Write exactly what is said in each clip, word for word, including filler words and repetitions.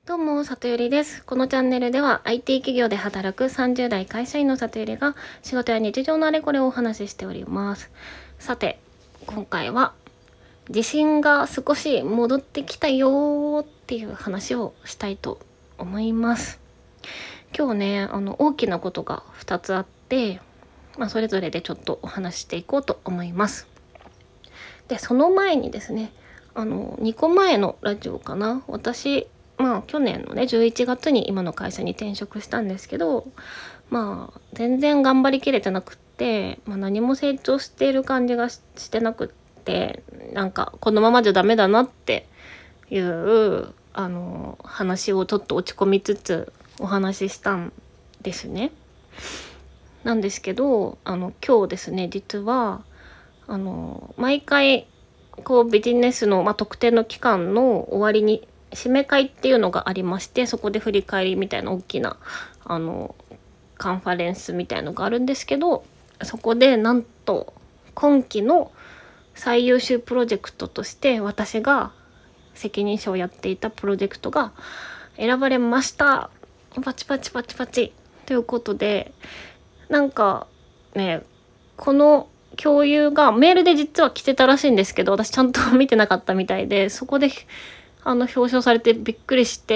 どうも、里よりです。このチャンネルでは アイティー 企業で働くさんじゅう代会社員の里よりが仕事や日常のあれこれをお話ししております。さて、今回は自信が少し戻ってきたよーっていう話をしたいと思います。今日ね、あの大きなことがふたつあって、まあ、それぞれでちょっとお話ししていこうと思います。で、その前にですね、あのにこまえのラジオかな、私まあ去年のねじゅういちがつに今の会社に転職したんですけど、まあ全然頑張りきれてなくって、まあ、何も成長している感じが し, してなくって、なんかこのままじゃダメだなっていうあの話をちょっと落ち込みつつお話ししたんですね。なんですけど、あの今日ですね、実はあの毎回こうビジネスの、まあ、特定の期間の終わりに締め会っていうのがありまして、そこで振り返りみたいな大きなあのカンファレンスみたいのがあるんですけど、そこでなんと今期の最優秀プロジェクトとして私が責任者をやっていたプロジェクトが選ばれました。パチパチパチパチということで、なんかね、この共有がメールで実は来てたらしいんですけど、私ちゃんと見てなかったみたいで、そこであの表彰されてびっくりして、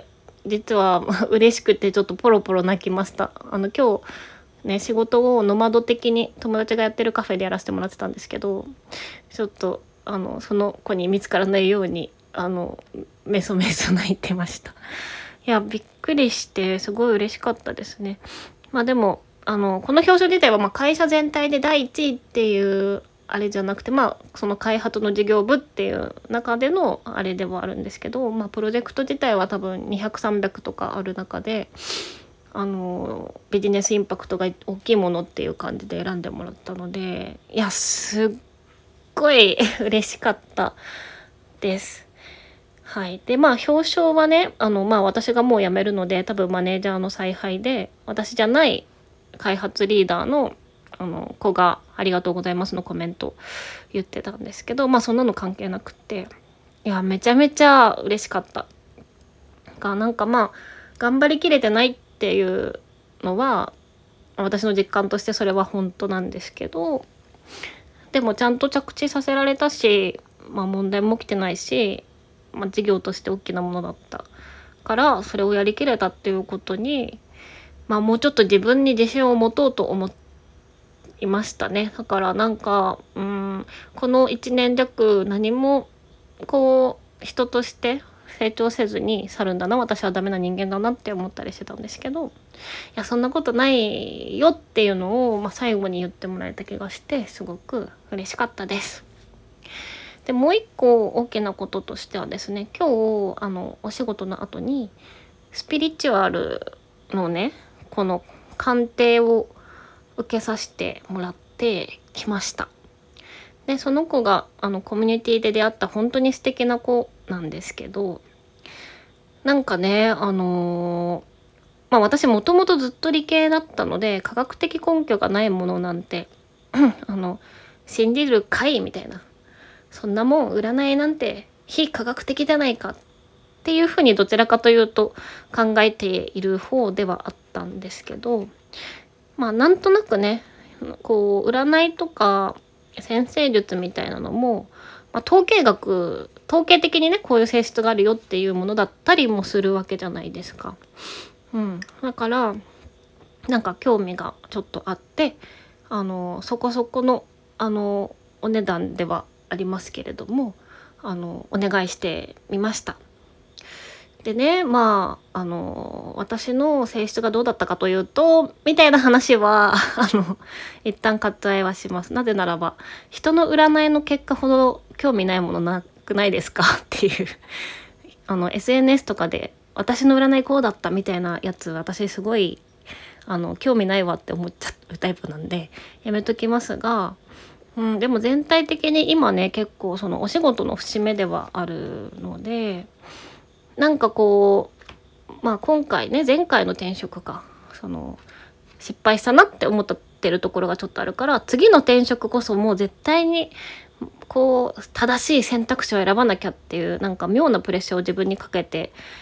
実は嬉しくてちょっとポロポロ泣きました。あの今日ね、仕事をノマド的に友達がやってるカフェでやらせてもらってたんですけど、ちょっとあのその子に見つからないようにあのメソメソ泣いてました。いや、びっくりしてすごい嬉しかったですね。まあでもあのこの表彰自体はまあ会社全体でだいいちいっていうあれじゃなくて、まあその開発の事業部っていう中でのあれではあるんですけど、まあプロジェクト自体は多分にひゃく、さんびゃくとかある中で、あのビジネスインパクトが大きいものっていう感じで選んでもらったので、いやすっごい嬉しかったです。はい。でまあ表彰はね、あのまあ私がもう辞めるので、多分マネージャーの采配で、私じゃない開発リーダーのあの子がありがとうございますのコメント言ってたんですけど、まあそんなの関係なくって、いやめちゃめちゃ嬉しかったが、なんかまあ頑張りきれてないっていうのは私の実感としてそれは本当なんですけど、でもちゃんと着地させられたし、まあ問題も起きてないし、まあ、事業として大きなものだったからそれをやりきれたっていうことに、まあもうちょっと自分に自信を持とうと思いましたね。だからなんかうーんこのいちねん弱何もこう人として成長せずに去るんだな、私はダメな人間だなって思ったりしてたんですけど、いやそんなことないよっていうのを、まあ、最後に言ってもらえた気がしてすごく嬉しかったです。でもう一個大きなこととしてはですね、今日あのお仕事の後にスピリチュアルのねこの鑑定を受けさせてもらってきました。でその子があのコミュニティで出会った本当に素敵な子なんですけど、なんかねあのー、まあ私もともとずっと理系だったので、科学的根拠がないものなんてあの信じるかいみたいな、そんなもん占いなんて非科学的じゃないかっていうふうにどちらかというと考えている方ではあったんですけど、まあなんとなくねこう占いとか占星術みたいなのも、まあ、統計学統計的にねこういう性質があるよっていうものだったりもするわけじゃないですか。うん、だからなんか興味がちょっとあって、あのそこそこのあのお値段ではありますけれども、あのお願いしてみました。でね、まああの私の性質がどうだったかというとみたいな話はあの一旦割愛はします。なぜならば人の占いの結果ほど興味ないものなくないですかっていうあの エスエヌエス とかで私の占いこうだったみたいなやつ、私すごいあの興味ないわって思っちゃうタイプなんでやめときますが、うん、でも全体的に今ね結構そのお仕事の節目ではあるので、なんかこうまあ今回ね前回の転職かその失敗したなって思ってるところがちょっとあるから、次の転職こそもう絶対にこう正しい選択肢を選ばなきゃっていうなんか妙なプレッシャーを自分にかけて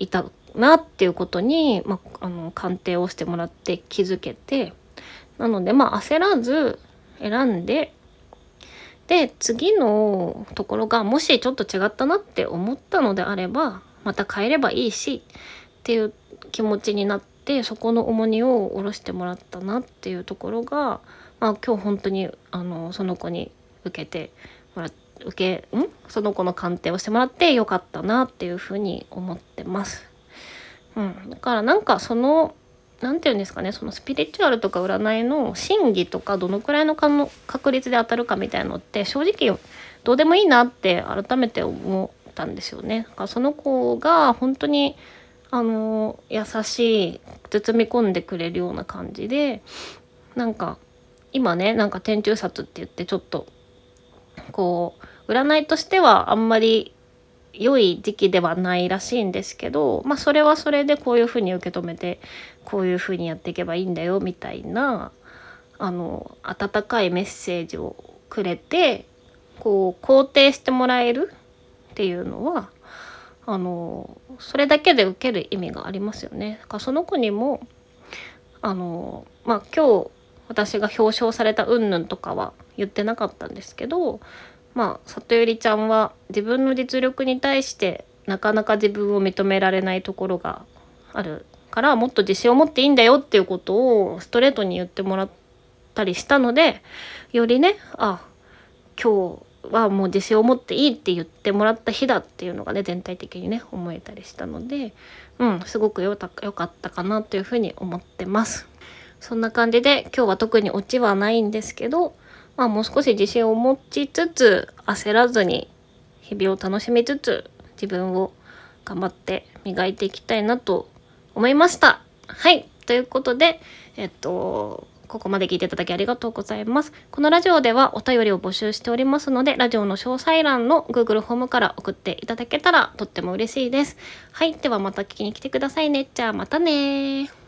いたなっていうことに、まあ、あの鑑定をしてもらって気づけて、なのでまあ焦らず選んで、で次のところがもしちょっと違ったなって思ったのであればまた変えればいいしっていう気持ちになって、そこの重荷を下ろしてもらったなっていうところが、まあ、今日本当にあのその子に受けてもらって受けんその子の鑑定をしてもらってよかったなっていうふうに思ってます。うん、だからなんかそのなんていうんですかね、そのスピリチュアルとか占いの真偽とかどのくらいのかの確率で当たるかみたいなのって正直どうでもいいなって改めて思ったんですよね。だからその子が本当にあの優しい包み込んでくれるような感じで、なんか今ねなんか天中殺って言ってちょっとこう占いとしてはあんまり良い時期ではないらしいんですけど、まあそれはそれでこういうふうに受け止めてこういうふうにやっていけばいいんだよみたいなあの温かいメッセージをくれて、こう肯定してもらえるっていうのはあのそれだけで受ける意味がありますよね。だからその子にもあのまあ今日私が表彰された云々とかは言ってなかったんですけど、まあ里ゆりちゃんは自分の実力に対してなかなか自分を認められないところがあるから、もっと自信を持っていいんだよっていうことをストレートに言ってもらったりしたので、よりね、あ今日はもう自信を持っていいって言ってもらった日だっていうのがね全体的にね思えたりしたので、うんすごくよたよかったかなというふうに思ってます。そんな感じで今日は特にオチはないんですけど、まあもう少し自信を持ちつつ焦らずに日々を楽しみつつ自分を頑張って磨いていきたいなと思いました。はい、ということでえっとここまで聞いていただきありがとうございます。このラジオではお便りを募集しておりますので、ラジオの詳細欄の Google フォームから送っていただけたらとっても嬉しいです。はい、ではまた聞きに来てくださいね。じゃあまたね。